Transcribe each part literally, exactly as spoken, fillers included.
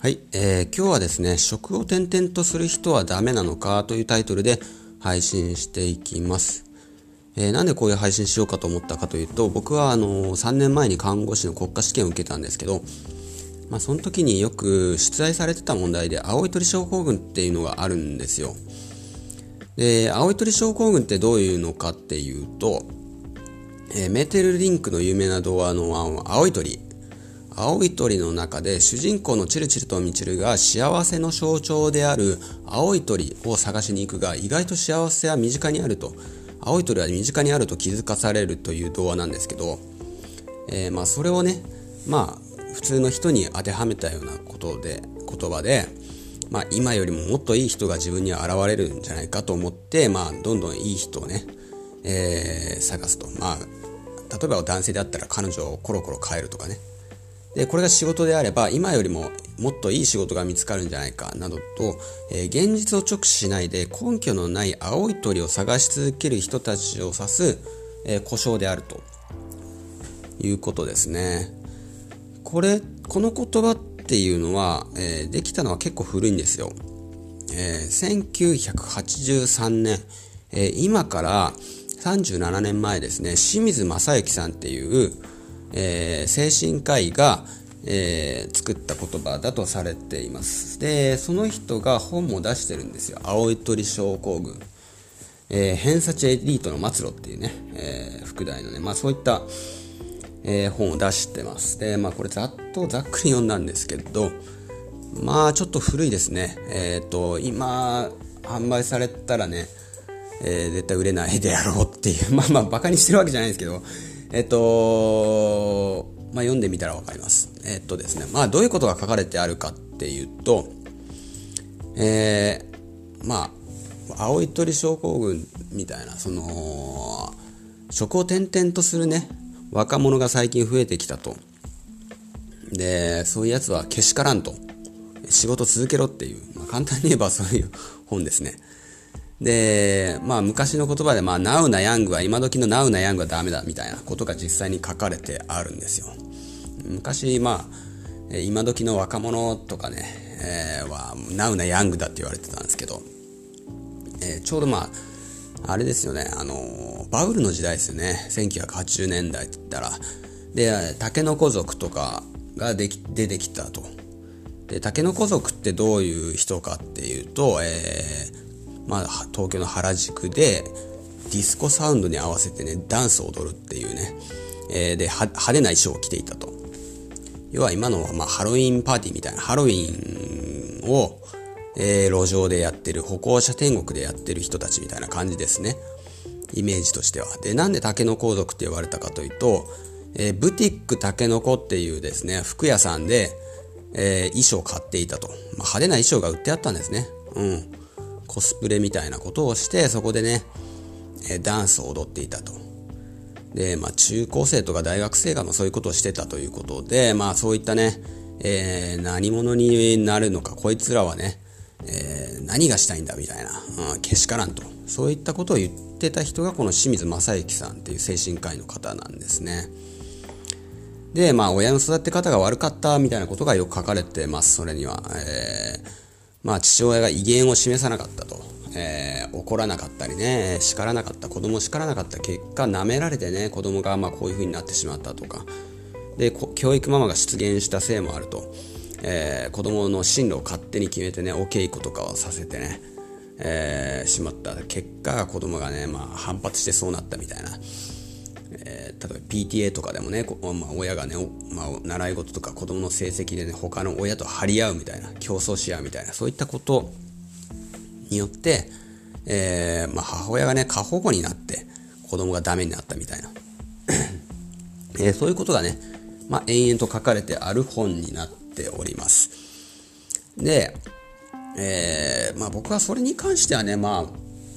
はい、えー今日はですね、職を転々とする人はダメなのかというタイトルで配信していきます。えーなんでこういう配信しようかと思ったかというと、僕はあのーさんねんまえに看護師の国家試験を受けたんですけど、まあ、その時によく出題されてた問題で青い鳥症候群っていうのがあるんですよ。で、青い鳥症候群ってどういうのかっていうと、えーメーテルリンクの有名な童話のあの青い鳥青い鳥の中で主人公のチルチルとミチルが幸せの象徴である青い鳥を探しに行くが、意外と幸せは身近にあると青い鳥は身近にあると気づかされるという童話なんですけど、えーまあそれをね、まあ普通の人に当てはめたようなことで言葉で、まあ今よりももっといい人が自分に現れるんじゃないかと思って、まあどんどんいい人をね、えー探すと。まあ例えば男性であったら彼女をコロコロ変えるとかね。で、これが仕事であれば今よりももっといい仕事が見つかるんじゃないかなどと、えー現実を直視しないで根拠のない青い鳥を探し続ける人たちを指す、えー、呼称であるということですね。これこの言葉っていうのは、えーできたのは結構古いんですよ。えーせんきゅうひゃくはちじゅうさんねん、えー今からさんじゅうななねんまえですね、清水正幸さんっていう、えー精神科医が、えー作った言葉だとされています。で、その人が本も出してるんですよ。青い鳥症候群、えー偏差値エリートの末路っていうね、えー副題のね、まあそういった、えー本を出してます。で、まあこれざっとざっくり読んだんですけど、まあちょっと古いですね。えっと今販売されたらね、えー絶対売れないであろうっていう、まあまあバカにしてるわけじゃないんですけど、えっとまあ読んでみたらわかります。えっとですね、まあどういうことが書かれてあるかっていうと、えー、まあ青い鳥症候群みたいな、その職を転々とするね若者が最近増えてきたと。で、そういうやつはけしからんと、仕事続けろっていう、まあ、簡単に言えばそういう本ですね。で、まあ昔の言葉で、まあナウなヤングは今時のナウなヤングはダメだみたいなことが実際に書かれてあるんですよ。昔、まあ今時の若者とかね、えー、はナウなヤングだって言われてたんですけど、えーちょうどまああれですよね、あのーバブルの時代ですよね。せんきゅうひゃくはちじゅうねんだいって言ったら、でタケノコ族とかができ出てきたと。で、タケノコ族ってどういう人かっていうと、えーまあ、東京の原宿でディスコサウンドに合わせてねダンスを踊るっていうね、えー、で派手な衣装を着ていたと。要は今のはまあハロウィンパーティーみたいな、ハロウィンを、えー路上でやってる、歩行者天国でやってる人たちみたいな感じですね、イメージとしては。で、なんでタケノコ族って言われたかというと、えーブティックタケノコっていうですね服屋さんで、えー衣装を買っていたと。まあ、派手な衣装が売ってあったんですね。うんコスプレみたいなことをして、そこでね、えーダンスを踊っていたと。で、まあ中高生とか大学生がまあそういうことをしてたということで、まあそういったね、えー何者になるのか、こいつらはね、えー何がしたいんだみたいな、うん、けしからんと。そういったことを言ってた人がこの清水正幸さんっていう精神科医の方なんですね。で、まあ親の育て方が悪かったみたいなことがよく書かれてます。それには、えーまあ父親が威厳を示さなかったと、えー怒らなかったりね、叱らなかった、子供を叱らなかった結果、舐められてね、子供がまあこういう風になってしまったとかで、教育ママが出現したせいもあると、えー子供の進路を勝手に決めてね、お稽古とかをさせてね、えーしまった結果、子供がね、まあ反発してそうなったみたいな。えー例えば ピーティーエー とかでもね、まあ、親がね、まあ、習い事とか子供の成績でね他の親と張り合うみたいな、競争し合うみたいな、そういったことによって、えーまあ、母親がね過保護になって子供がダメになったみたいな、えーそういうことがね、まあ、延々と書かれてある本になっております。で、えーまあ、僕はそれに関してはね、まあ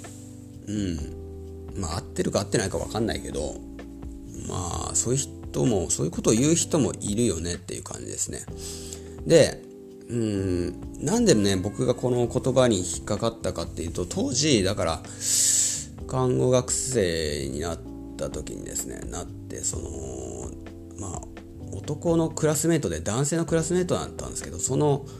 うんまあ合ってるか合ってないか分かんないけど、まあそういう人もそういうことを言う人もいるよねっていう感じですね。で、うーんなんでね僕がこの言葉に引っかかったかっていうと、当時だから看護学生になった時にですねなってそのまあ男のクラスメートで男性のクラスメートだったんですけど、その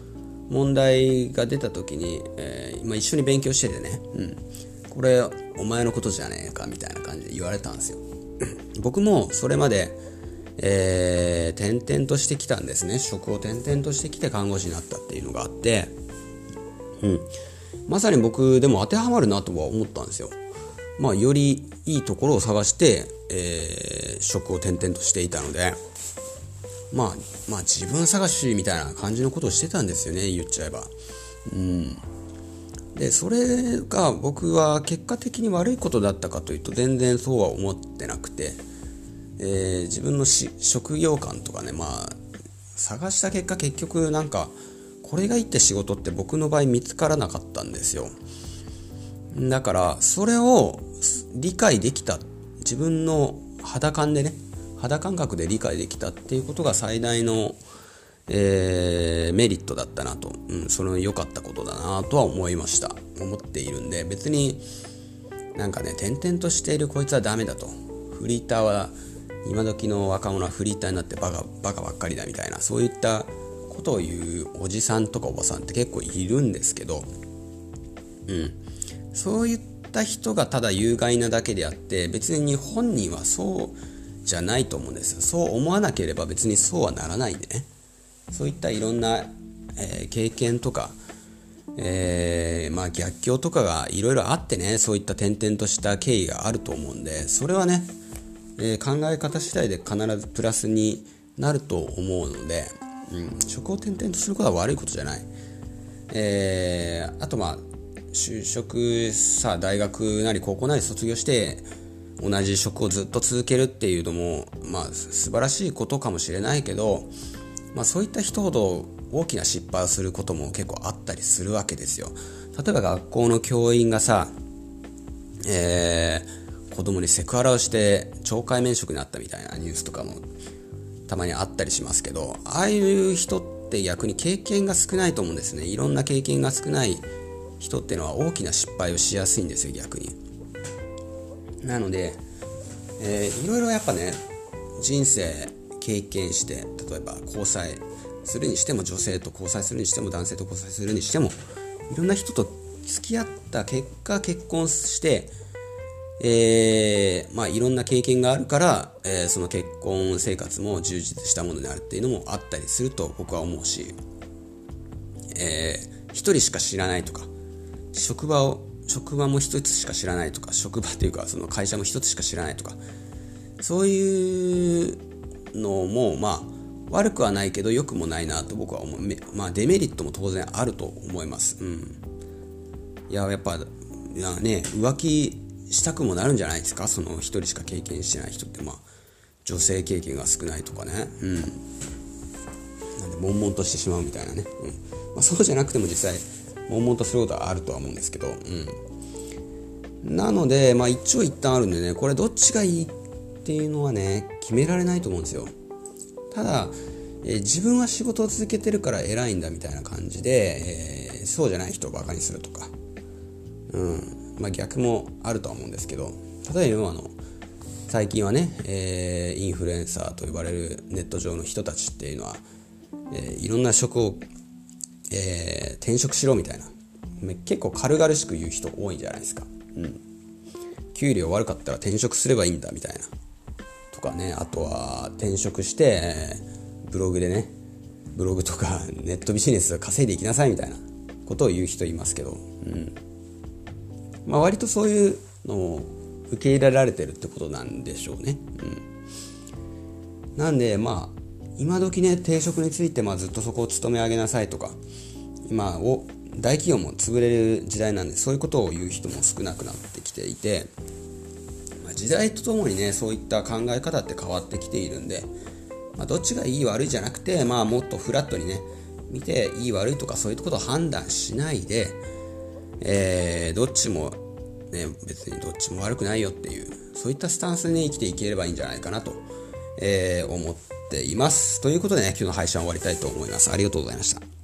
問題が出た時に、えー、今一緒に勉強しててね、うん、これお前のことじゃねえかみたいな感じで言われたんですよ。僕もそれまで、えー、転々としてきたんですね。職を転々としてきて看護師になったっていうのがあって、うん、まさに僕でも当てはまるなとは思ったんですよ。まあよりいいところを探して、えー、職を転々としていたので、まあまあ自分探しみたいな感じのことをしてたんですよね、言っちゃえば。うん。でそれが僕は結果的に悪いことだったかというと全然そうは思ってなくて、えー、自分のし職業観とかね、まあ探した結果結局なんかこれがいいって仕事って僕の場合見つからなかったんですよ。だからそれを理解できた、自分の肌感でね肌感覚で理解できたっていうことが最大の、えー、メリットだったなと、うん、その良かったことだなとは思いました思っているんで、別になんかね転々としているこいつはダメだと、フリーターは今時の若者はフリーターになってバカバカばっかりだみたいな、そういったことを言うおじさんとかおばさんって結構いるんですけど、うんそういった人がただ有害なだけであって、別に本人はそうじゃないと思うんですよ。そう思わなければ別にそうはならないんでね。そういったいろんな、えー、経験とか、えー、まあ逆境とかがいろいろあってね、そういった転々とした経緯があると思うんで、それはね、えー、考え方次第で必ずプラスになると思うので、うん、職を転々とすることは悪いことじゃない。えー、あとまあ就職さ、大学なり高校なり卒業して同じ職をずっと続けるっていうのもまあ素晴らしいことかもしれないけど、まあ、そういった人ほど大きな失敗をすることも結構あったりするわけですよ。例えば学校の教員がさ、えー、子供にセクハラをして懲戒免職になったみたいなニュースとかもたまにあったりしますけど、ああいう人って逆に経験が少ないと思うんですね。いろんな経験が少ない人っていうのは大きな失敗をしやすいんですよ、逆に。なので、えー、いろいろやっぱね人生経験して、例えば交際するにしても、女性と交際するにしても、男性と交際するにしても、いろんな人と付き合った結果結婚して、えーまあ、いろんな経験があるから、えー、その結婚生活も充実したものになるっていうのもあったりすると僕は思うし、えー、一人しか知らないとか、職場を職場も一つしか知らないとか、職場っていうかその会社も一つしか知らないとか、そういうのもまあ悪くはないけど良くもないなと僕は思う。まあデメリットも当然あると思います。うん。いややっぱいやね浮気したくもなるんじゃないですか。その一人しか経験してない人って、まあ女性経験が少ないとかね。うん。なんで悶々としてしまうみたいなね。うん。まあそうじゃなくても実際悶々とすることはあるとは思うんですけど、うん、なのでまあ一長一短あるんでね、これどっちがいいっていうのはね決められないと思うんですよ。ただ、えー、自分は仕事を続けてるから偉いんだみたいな感じで、えー、そうじゃない人をバカにするとか、うんまあ、逆もあるとは思うんですけど、例えばあの最近はね、えー、インフルエンサーと呼ばれるネット上の人たちっていうのは、えー、いろんな職をえー、転職しろみたいな結構軽々しく言う人多いんじゃないですか。うん、給料悪かったら転職すればいいんだみたいなとかね、あとは転職して、えー、ブログでねブログとかネットビジネス稼いでいきなさいみたいなことを言う人いますけど、うんまあ、割とそういうのを受け入れられてるってことなんでしょうね。うん、なんでまあ今時ね定職についてまあずっとそこを勤め上げなさいとか、今を大企業も潰れる時代なんで、そういうことを言う人も少なくなってきていて、まあ、時代とともにねそういった考え方って変わってきているんで、まあ、どっちがいい悪いじゃなくて、まあ、もっとフラットにね見ていい悪いとかそういうことを判断しないで、えー、どっちもね別にどっちも悪くないよっていう、そういったスタンスで、ね、生きていければいいんじゃないかなと、えー、思っています。ということでね今日の配信は終わりたいと思います。ありがとうございました。